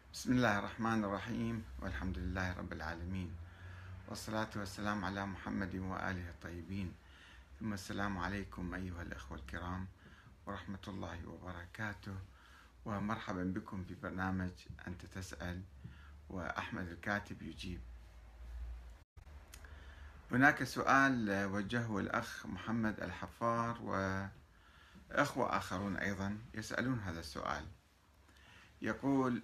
بسم الله الرحمن الرحيم، والحمد لله رب العالمين، والصلاة والسلام على محمد وآله الطيبين، ثم السلام عليكم أيها الأخوة الكرام ورحمة الله وبركاته، ومرحبا بكم في برنامج أنت تسأل وأحمد الكاتب يجيب. هناك سؤال وجهه الأخ محمد الحفار وأخوة آخرون أيضا يسألون هذا السؤال. يقول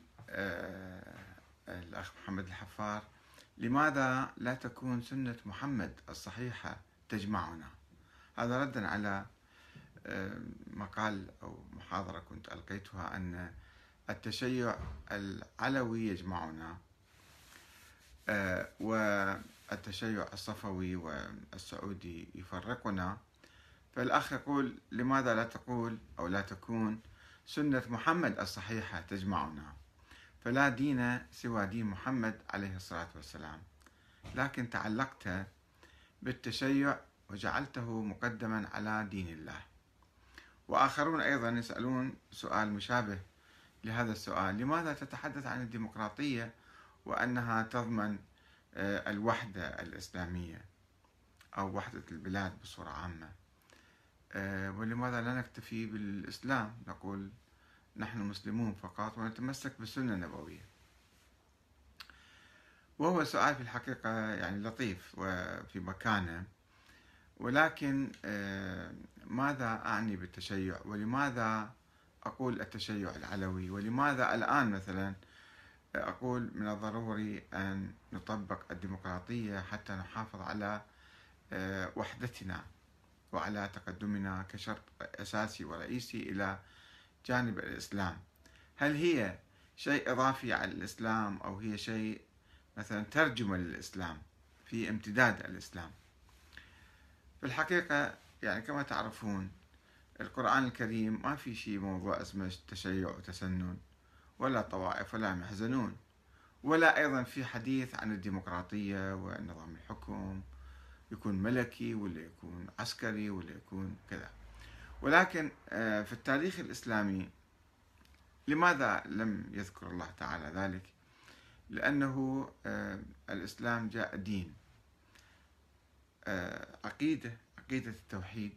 الأخ محمد الحفار: لماذا لا تكون سنة محمد الصحيحة تجمعنا؟ هذا ردا على مقال أو محاضرة كنت ألقيتها أن التشيع العلوي يجمعنا والتشيع الصفوي والسعودي يفرقنا. فالأخ يقول: لماذا لا تقول أو لا تكون سنة محمد الصحيحة تجمعنا؟ فلا دين سوى دين محمد عليه الصلاة والسلام، لكن تعلقت بالتشيع وجعلته مقدما على دين الله. وآخرون أيضا يسألون سؤال مشابه لهذا السؤال: لماذا تتحدث عن الديمقراطية وأنها تضمن الوحدة الإسلامية أو وحدة البلاد بصورة عامة؟ ولماذا لا نكتفي بالإسلام، نقول نحن مسلمون فقط ونتمسك بالسنة النبوية؟ وهو سؤال في الحقيقة يعني لطيف وفي مكانه، ولكن ماذا أعني بالتشيع؟ ولماذا أقول التشيع العلوي؟ ولماذا الآن مثلا أقول من الضروري أن نطبق الديمقراطية حتى نحافظ على وحدتنا وعلى تقدمنا كشرط أساسي ورئيسي إلى جانب الإسلام؟ هل هي شيء إضافي على الإسلام أو هي شيء مثلا ترجمة للإسلام في امتداد الإسلام؟ في الحقيقة يعني كما تعرفون القرآن الكريم ما في شيء موضوع اسمه تشيع وتسنن ولا طوائف ولا محزنون، ولا أيضا في حديث عن الديمقراطية ونظام الحكم يكون ملكي ولا يكون عسكري ولا يكون كذا. ولكن في التاريخ الإسلامي لماذا لم يذكر الله تعالى ذلك؟ لأنه الإسلام جاء دين، عقيدة التوحيد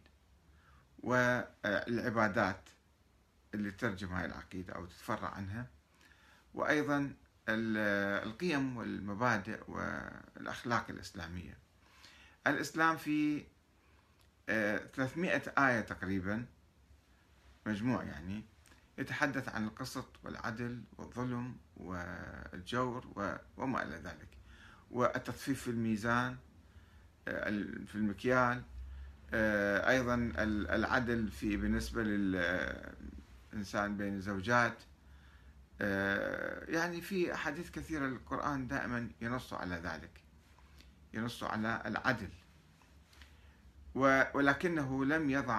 والعبادات اللي تترجم هاي العقيدة أو تتفرع عنها، وأيضا القيم والمبادئ والأخلاق الإسلامية. الإسلام في 300 آية تقريبا مجموع، يعني يتحدث عن القسط والعدل والظلم والجور وما إلى ذلك، والتطفيف في الميزان في المكيال، أيضا العدل في بالنسبة للإنسان بين الزوجات. يعني في أحاديث كثيرة القرآن دائما ينص على ذلك، ينص على العدل، ولكنه لم يضع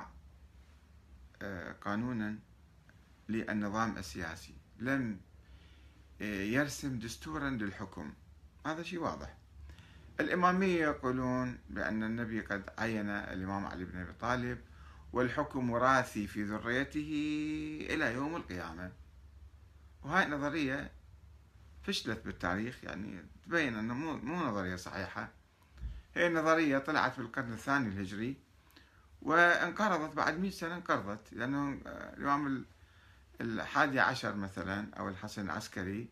قانونا للنظام السياسي، لم يرسم دستورا للحكم. هذا شيء واضح. الإمامية يقولون بأن النبي قد عين الإمام علي بن أبي طالب والحكم وراثي في ذريته إلى يوم القيامة، وهاي نظرية فشلت بالتاريخ، يعني تبين أنه مو نظرية صحيحة. هي نظرية طلعت في القرن الثاني الهجري وانقرضت بعد 100 سنة، انقرضت لأنه الإمام 11 مثلا أو الحسن العسكري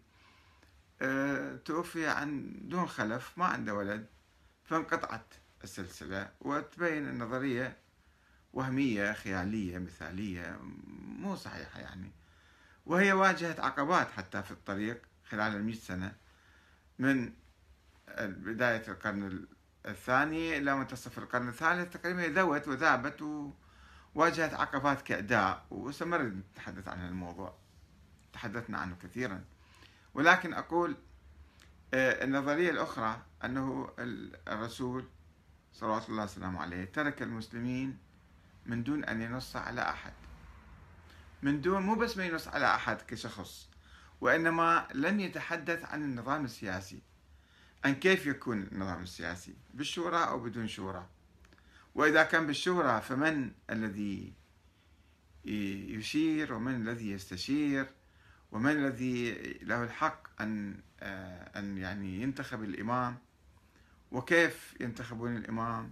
توفي عن دون خلف، ما عنده ولد، فانقطعت السلسلة، وتبين النظرية وهمية خيالية مثالية مو صحيحة يعني. وهي واجهت عقبات حتى في الطريق خلال 100 سنة، من بداية القرن الثاني إلى منتصف القرن الثالث تقريبا ذوت وذابت وواجهت عقبات كأداء، وسنمر نتحدث عن الموضوع، تحدثنا عنه كثيرا. ولكن أقول النظرية الأخرى أنه الرسول صلوات الله وسلامه عليه ترك المسلمين من دون أن ينص على أحد، من دون مو بس ما ينص على أحد كشخص، وإنما لم يتحدث عن النظام السياسي، عن كيف يكون النظام السياسي، بالشورى أو بدون شورى، وإذا كان بالشورى فمن الذي يشير ومن الذي يستشير، ومن الذي له الحق أن يعني ينتخب الإمام، وكيف ينتخبون الإمام،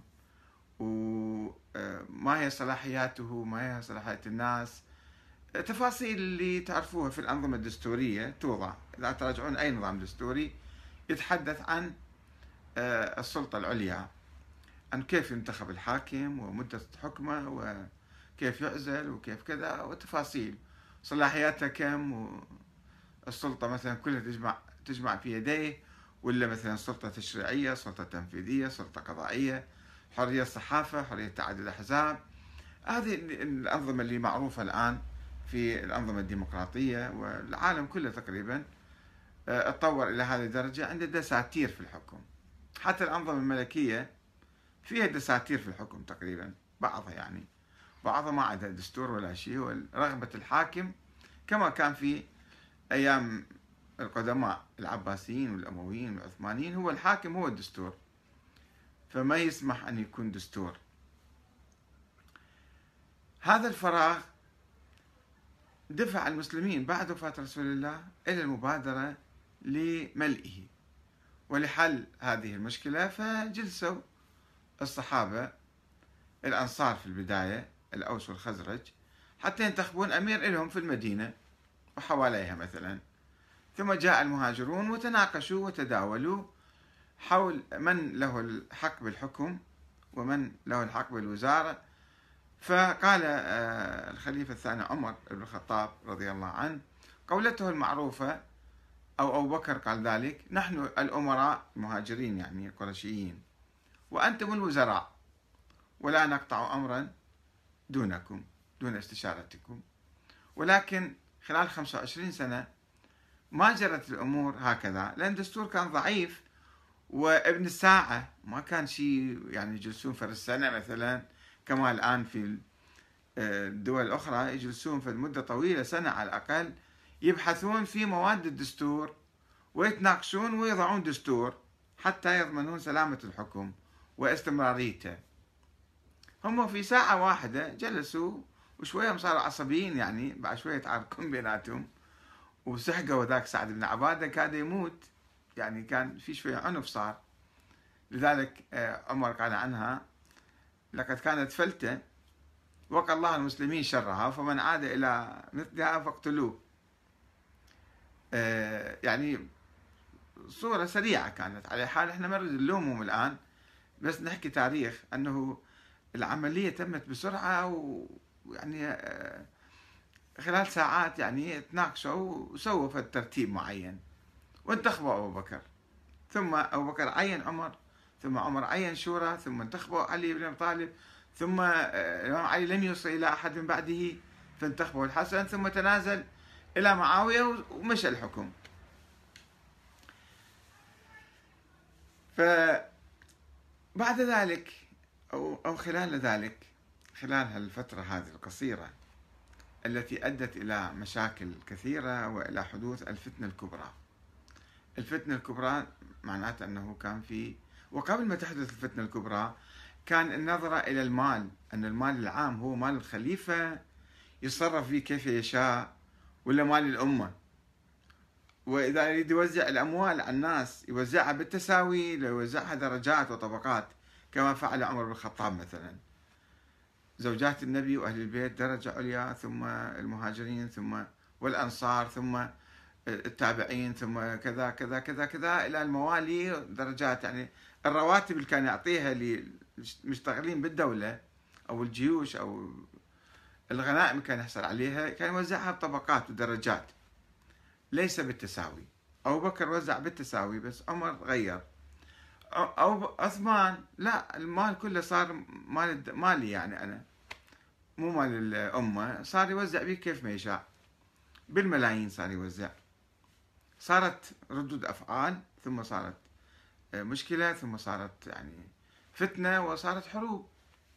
وما هي صلاحياته، ما هي صلاحيات الناس. تفاصيل اللي تعرفوها في الأنظمة الدستورية توضع. إذا تراجعون أي نظام دستوري يتحدث عن السلطة العليا، عن كيف ينتخب الحاكم ومدة حكمه وكيف يعزل وكيف كذا، وتفاصيل صلاحياته كم، والسلطة مثلا كلها تجمع في يديه، ولا مثلا سلطة تشريعية، سلطة تنفيذية، سلطة قضائية، حرية صحافة، حرية تعدد الأحزاب. هذه الأنظمة اللي معروفة الآن في الأنظمة الديمقراطية، والعالم كله تقريبا اتطور إلى هذه الدرجة، عنده دساتير في الحكم. حتى الأنظمة الملكية فيها دساتير في الحكم تقريبا، بعضها يعني، بعضها ما عندها دستور ولا شيء. ورغبة الحاكم كما كان في أيام القدماء العباسيين والأمويين والعثمانيين، هو الحاكم هو الدستور، فما يسمح أن يكون دستور. هذا الفراغ دفع المسلمين بعد وفاة رسول الله إلى المبادرة لملئه ولحل هذه المشكلة. فجلسوا الصحابة الأنصار في البداية، الأوس والخزرج، حتى ينتخبون أمير لهم في المدينة وحواليها مثلا. ثم جاء المهاجرون وتناقشوا وتداولوا حول من له الحق بالحكم ومن له الحق بالوزارة. فقال الخليفة الثاني عمر بن الخطاب رضي الله عنه قولته المعروفة، أو أبو بكر قال ذلك: نحن الأمراء المهاجرين يعني القرشيين، وأنتم الوزراء، ولا نقطع أمرا دونكم دون استشارتكم. ولكن خلال 25 سنة ما جرت الأمور هكذا، لأن الدستور كان ضعيف وابن الساعة، ما كان شيء يعني يجلسون في السنة مثلا كما الآن في الدول الأخرى، يجلسون في مدة طويلة، سنة على الأقل، يبحثون في مواد الدستور ويتناقشون ويضعون دستور حتى يضمنون سلامة الحكم واستمراريته. هم في ساعة واحدة جلسوا، وشوية صاروا عصبيين، يعني بعد شوية تعاركون بيناتهم، وسحقوا ذاك سعد بن عبادة كاد يموت، يعني كان في شوية عنف صار. لذلك عمر قال عنها: لقد كانت فلتة وقى الله المسلمين شرها، فمن عاد إلى مثلها فاقتلوه. يعني صورة سريعة كانت. على حال احنا ما نريد نلومهم الآن، بس نحكي تاريخ أنه العملية تمت بسرعة، ويعني خلال ساعات يعني تناقشوا وسووا في الترتيب معين، وانتخبوا أبو بكر، ثم أبو بكر عين عمر، ثم عمر عين شورى، ثم انتخبوا علي بن أبي طالب، ثم الإمام علي لم يوصل إلى أحد من بعده فانتخبوا الحسن، ثم تنازل إلى معاوية ومشى الحكم. فبعد ذلك أو خلال ذلك، خلال هالفترة هذه القصيرة التي أدت إلى مشاكل كثيرة وإلى حدوث الفتنة الكبرى. الفتنة الكبرى معناته أنه كان في، وقبل ما تحدث الفتنة الكبرى كان النظرة إلى المال، أن المال العام هو مال الخليفة يتصرف فيه كيف يشاء، ولا مال الأمة، وإذا يريد يوزع الأموال على الناس يوزعها بالتساوي، لا يوزعها درجات وطبقات كما فعل عمر بن الخطاب مثلا. زوجات النبي وأهل البيت درجة عليا، ثم المهاجرين، ثم والأنصار، ثم التابعين، ثم كذا كذا كذا كذا إلى الموالي درجات. يعني الرواتب اللي كان يعطيها للمشتغلين بالدولة أو الجيوش أو الغنائم اللي كان يحصل عليها كان يوزعها بطبقات ودرجات، ليس بالتساوي. أبو بكر وزع بالتساوي، بس عمر غير. أو عثمان لا، المال كله صار مالي، يعني أنا مو مال الأمة، صار يوزع به كيف ما يشاء، بالملايين صار يوزع. صارت ردود أفعال، ثم صارت مشكلة، ثم صارت يعني فتنة، وصارت حروب.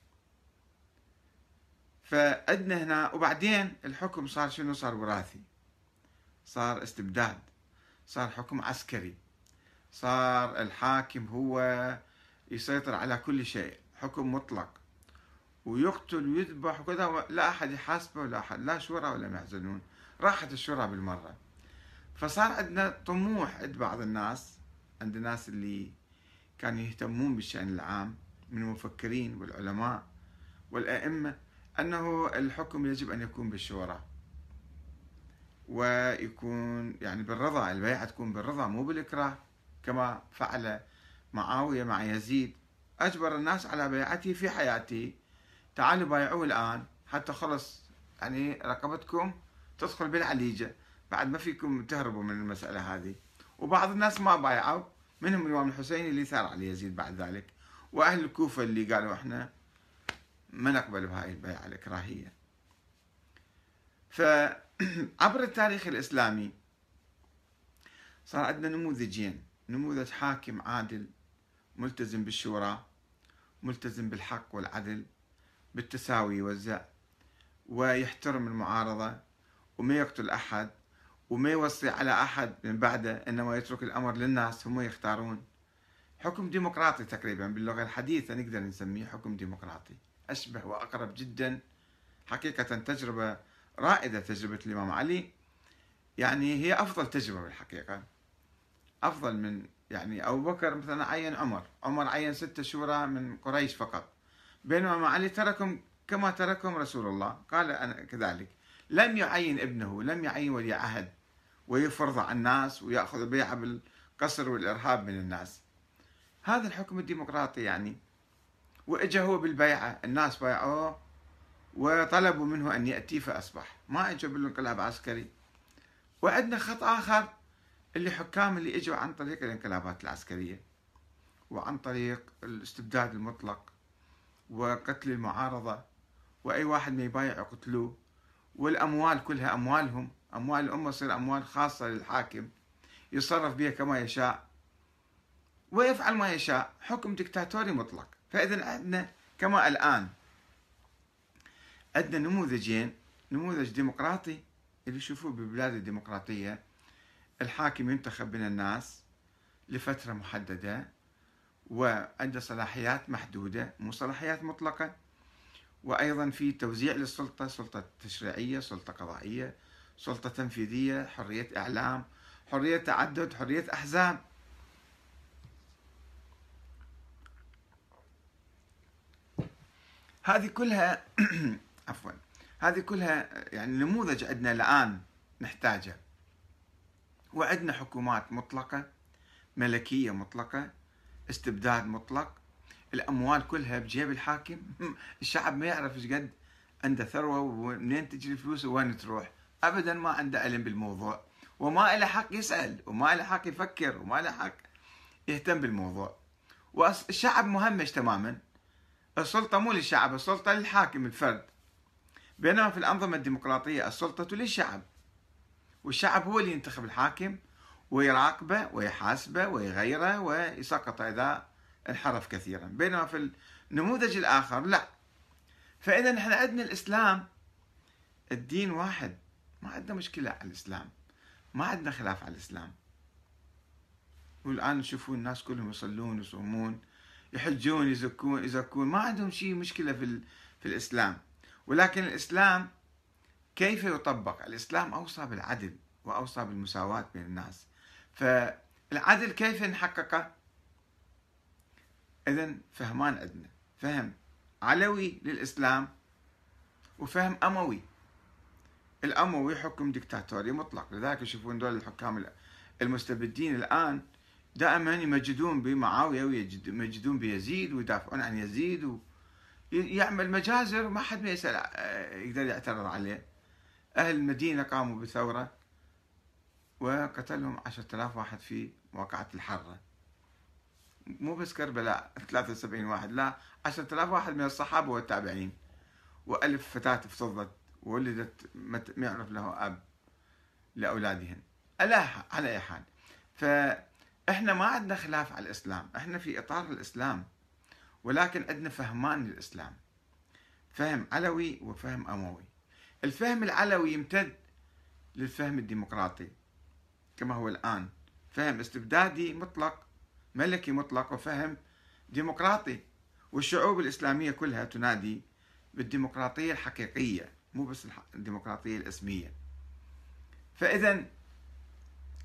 فعندنا هنا، وبعدين الحكم صار شنو؟ صار وراثي، صار استبداد، صار حكم عسكري، صار الحاكم هو يسيطر على كل شيء، حكم مطلق، ويقتل ويذبح وكذا، لا أحد يحاسبه، ولا أحد، لا شورى ولا محزنون. راحت الشورى بالمرة. فصار عندنا طموح عند بعض الناس، عند الناس اللي كانوا يهتمون بالشأن العام من المفكرين والعلماء والأئمة، أنه الحكم يجب أن يكون بالشورى، ويكون يعني بالرضا، البيعة تكون بالرضا مو بالإكراه، كما فعل معاوية مع يزيد، أجبر الناس على بيعته في حياته. تعالوا بايعوه الآن حتى خلص يعني رقبتكم تدخل بالعليجة، بعد ما فيكم تهربوا من المسألة هذه. وبعض الناس ما بايعوا، منهم الإمام الحسين اللي ثار على يزيد بعد ذلك، وأهل الكوفة اللي قالوا إحنا ما نقبل بهاي البيعة الإكراهية. فعبر التاريخ الإسلامي صار عندنا نموذجين: نموذج حاكم عادل ملتزم بالشورى، ملتزم بالحق والعدل، بالتساوي يوزع ويحترم المعارضة وما يقتل أحد وما يوصي على أحد من بعده، إنما يترك الأمر للناس هم يختارون. حكم ديمقراطي تقريبا باللغة الحديثة نقدر نسميه حكم ديمقراطي، أشبه وأقرب جدا. حقيقة تجربة رائدة تجربة الإمام علي، يعني هي أفضل تجربة بالحقيقة، أفضل من يعني أبو بكر مثلا عين عمر عين 6 شورى من قريش فقط، بينما الإمام علي تركهم كما تركهم رسول الله، قال أنا كذلك، لم يعين ابنه، لم يعين ولي عهد ويفرض على الناس ويأخذ بيعة بالقصر والإرهاب من الناس. هذا الحكم الديمقراطي يعني. وإجا هو بالبيعة، الناس بايعوه وطلبوا منه أن يأتي فأصبح، ما إجا بالانقلاب عسكري. وعندنا خط آخر اللي حكام اللي إجوا عن طريق الانقلابات العسكرية وعن طريق الاستبداد المطلق وقتل المعارضة، وأي واحد ما يبايع يقتلوه، والأموال كلها أموالهم، أموال الأمة تصير أموال خاصة للحاكم يتصرف بها كما يشاء ويفعل ما يشاء، حكم دكتاتوري مطلق. فإذا عندنا كما الآن عندنا نموذجين: نموذج ديمقراطي اللي يشوفوه بالبلاد الديمقراطية، الحاكم ينتخب من الناس لفترة محددة وعنده صلاحيات محدودة مو صلاحيات مطلقة، وأيضا في توزيع للسلطة، سلطة تشريعية، سلطة قضائية، سلطة تنفيذية، حرية إعلام، حرية تعدد، حرية أحزاب. هذه كلها عفوا، هذه كلها يعني نموذج عندنا الآن نحتاجه. وعندنا حكومات مطلقة، ملكية مطلقة، استبداد مطلق، الأموال كلها بجيب الحاكم، الشعب ما يعرف ايش قد عنده ثروة ومنين تجي الفلوس وين تروح، أبدا ما عنده علم بالموضوع، وما له حق يسأل، وما له حق يفكر، وما له حق يهتم بالموضوع. والشعب مهمش تماما، السلطة مو للشعب، السلطة للحاكم الفرد. بينما في الأنظمة الديمقراطية السلطة للشعب، والشعب هو اللي ينتخب الحاكم ويراقبه ويحاسبه ويغيره ويسقطه إذا انحرف كثيرا. بينما في النموذج الآخر لا. فإذا نحن عندنا الإسلام الدين واحد، ما عندنا مشكلة على الإسلام، ما عندنا خلاف على الإسلام. والآن نشوفون الناس كلهم يصلون يصومون يحجون يزكون، ما عندهم شيء مشكلة في الإسلام. ولكن الإسلام كيف يطبق؟ الإسلام أوصى بالعدل وأوصى بالمساواة بين الناس، فالعدل كيف نحققه؟ إذن فهمان عندنا، فهم علوي للإسلام وفهم أموي. الأموي حكم ديكتاتوري مطلق، لذلك يشوفون دول الحكام المستبدين الآن دائما يمجدون بمعاوية ويمجدون بيزيد ويدافعون عن يزيد، ويعمل مجازر ما حد ما يسأل يقدر يعترض عليه. أهل المدينة قاموا بثورة وقتلهم 10,000 واحد في واقعة الحرة، مو بس كربلاء 73 واحد، لا 10,000 واحد من الصحابة والتابعين، و1000 فتاة افتضت وولدت ما يعرف له أب لأولادهن. على أي حال، فإحنا ما عندنا خلاف على الإسلام، إحنا في إطار الإسلام، ولكن عندنا فهمان للإسلام، فهم علوي وفهم أموي. الفهم العلوي يمتد للفهم الديمقراطي كما هو الآن، فهم استبدادي مطلق ملكي مطلق وفهم ديمقراطي، والشعوب الإسلامية كلها تنادي بالديمقراطية الحقيقية مو بس الديمقراطية الاسمية. فإذا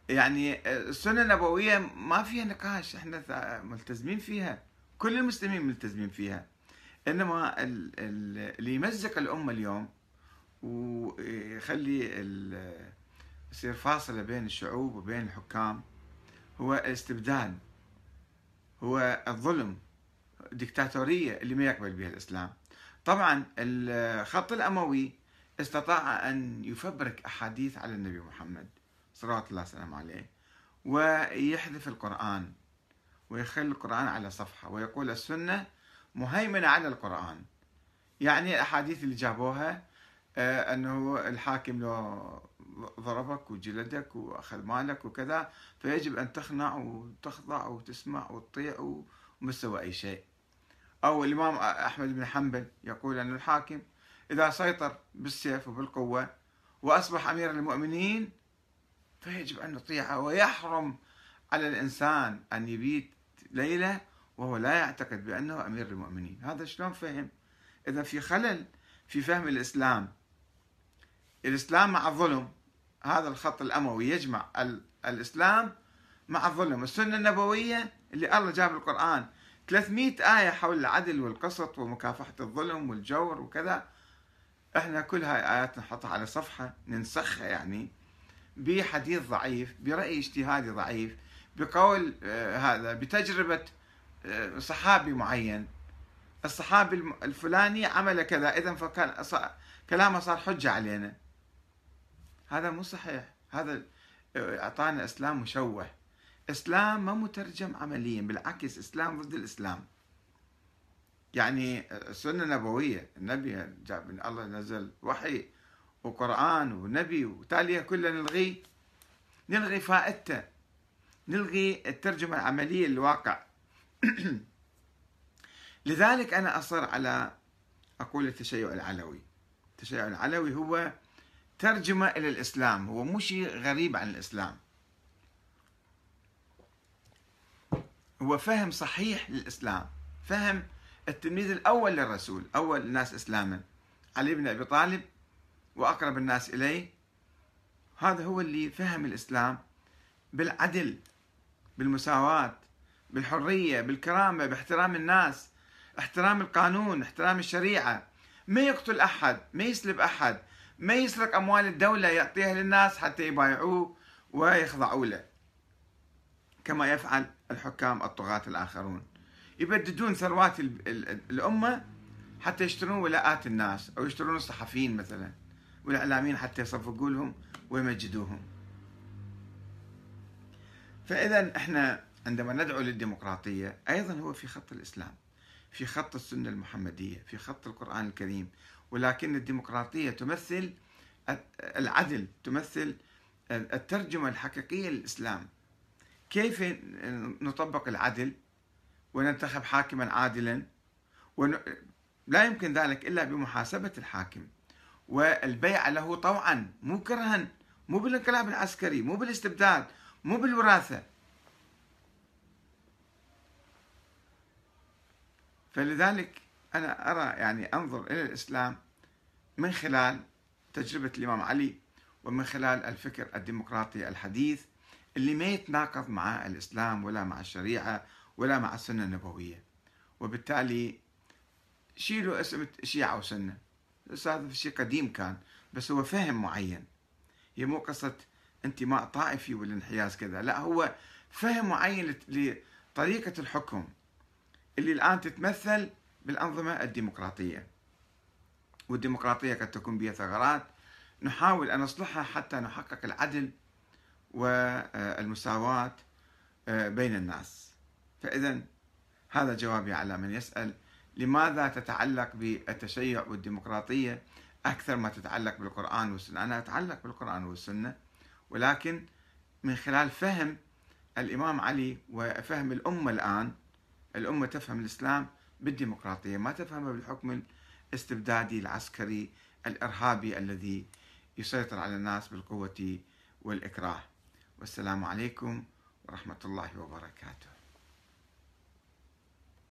يعني السنة النبوية ما فيها نقاش، احنا ملتزمين فيها، كل المسلمين ملتزمين فيها. انما اللي يمزق الأمة اليوم ويخلي يصير فاصلة بين الشعوب وبين الحكام هو الاستبداد، هو الظلم، الدكتاتورية اللي ما يقبل بها الإسلام. طبعا الخط الأموي استطاع أن يفبرك أحاديث على النبي محمد صلوات الله وسلامه عليه، ويحذف القرآن ويخلي القرآن على صفحة، ويقول السنة مهيمنة على القرآن. يعني الأحاديث اللي جابوها أنه الحاكم لو ضربك وجلدك وأخذ مالك وكذا فيجب أن تخنع وتخضع وتسمع وتطيع وما تسوي أي شيء. أو الإمام أحمد بن حنبل يقول أن الحاكم إذا سيطر بالسيف وبالقوة وأصبح أمير المؤمنين فيجب أن نطيعه، ويحرم على الإنسان أن يبيت ليلة وهو لا يعتقد بأنه أمير المؤمنين. هذا شلون فهم؟ إذا في خلل في فهم الإسلام. الإسلام مع الظلم، هذا الخط الأموي يجمع الإسلام مع الظلم. السنة النبوية اللي الله جاب القرآن 300 آية حول العدل والقسط ومكافحة الظلم والجور وكذا، احنا كل هاي آيات نحطها على صفحة ننسخها، يعني بحديث ضعيف، برأي اجتهادي ضعيف، بقول هذا بتجربة صحابي معين، الصحابي الفلاني عمل كذا إذا فكان كلامه صار حجة علينا. هذا مو صحيح، هذا أعطانا إسلام مشوه، إسلام ما مترجم عمليا، بالعكس إسلام ضد الإسلام. يعني السنة النبوية، النبي جاب من الله نزل وحي وقرآن ونبي وتاليه كله نلغي فائدته، نلغي الترجمة العملية للواقع. لذلك أنا أصر على أقول التشيع العلوي. التشيع العلوي هو ترجمة إلى الإسلام، هو مو شيء غريب عن الإسلام، هو فهم صحيح للإسلام، فهم التلميذ الأول للرسول، أول الناس إسلاما علي بن أبي طالب وأقرب الناس إليه، هذا هو اللي فهم الإسلام بالعدل، بالمساواة، بالحرية، بالكرامة، باحترام الناس، احترام القانون، احترام الشريعة، ما يقتل أحد، ما يسلب أحد، ما يسرق أموال الدولة يعطيها للناس حتى يبايعوه ويخضعوا له كما يفعل الحكام الطغاة الآخرون، يبددون ثروات الأمة حتى يشترون ولاءات الناس، أو يشترون الصحفيين مثلا والإعلاميين حتى يصفقوا لهم ويمجدوهم. فإذا إحنا عندما ندعو للديمقراطية أيضا هو في خط الإسلام، في خط السنة المحمدية، في خط القرآن الكريم، ولكن الديمقراطية تمثل العدل، تمثل الترجمة الحقيقية للإسلام. كيف نطبق العدل وننتخب حاكما عادلا؟ لا يمكن ذلك إلا بمحاسبة الحاكم والبيع له طوعا، مو كرها، مو بالانقلاب العسكري، مو بالاستبداد، مو بالوراثة. فلذلك أنا أرى، يعني أنظر إلى الإسلام من خلال تجربة الإمام علي، ومن خلال الفكر الديمقراطي الحديث اللي ما يتناقض مع الإسلام ولا مع الشريعة ولا مع السنة النبوية. وبالتالي شيلوا اسم شيعة وسنة، هذا شيء قديم كان، بس هو فهم معين، هي مو قصة انتماء طائفي والانحياز كذا، لا، هو فهم معين لطريقة الحكم اللي الآن تتمثل بالأنظمة الديمقراطية. والديمقراطية قد تكون بها ثغرات نحاول أن نصلحها حتى نحقق العدل والمساواة بين الناس. فإذا هذا جوابي على من يسأل لماذا تتعلق بالتشيع والديمقراطية أكثر ما تتعلق بالقرآن والسنة. أنا أتعلق بالقرآن والسنة، ولكن من خلال فهم الإمام علي وفهم الأمة. الآن الأمة تفهم الإسلام بالديمقراطية، ما تفهمه بالحكم الاستبدادي العسكري الإرهابي الذي يسيطر على الناس بالقوة والإكراه. والسلام عليكم ورحمة الله وبركاته.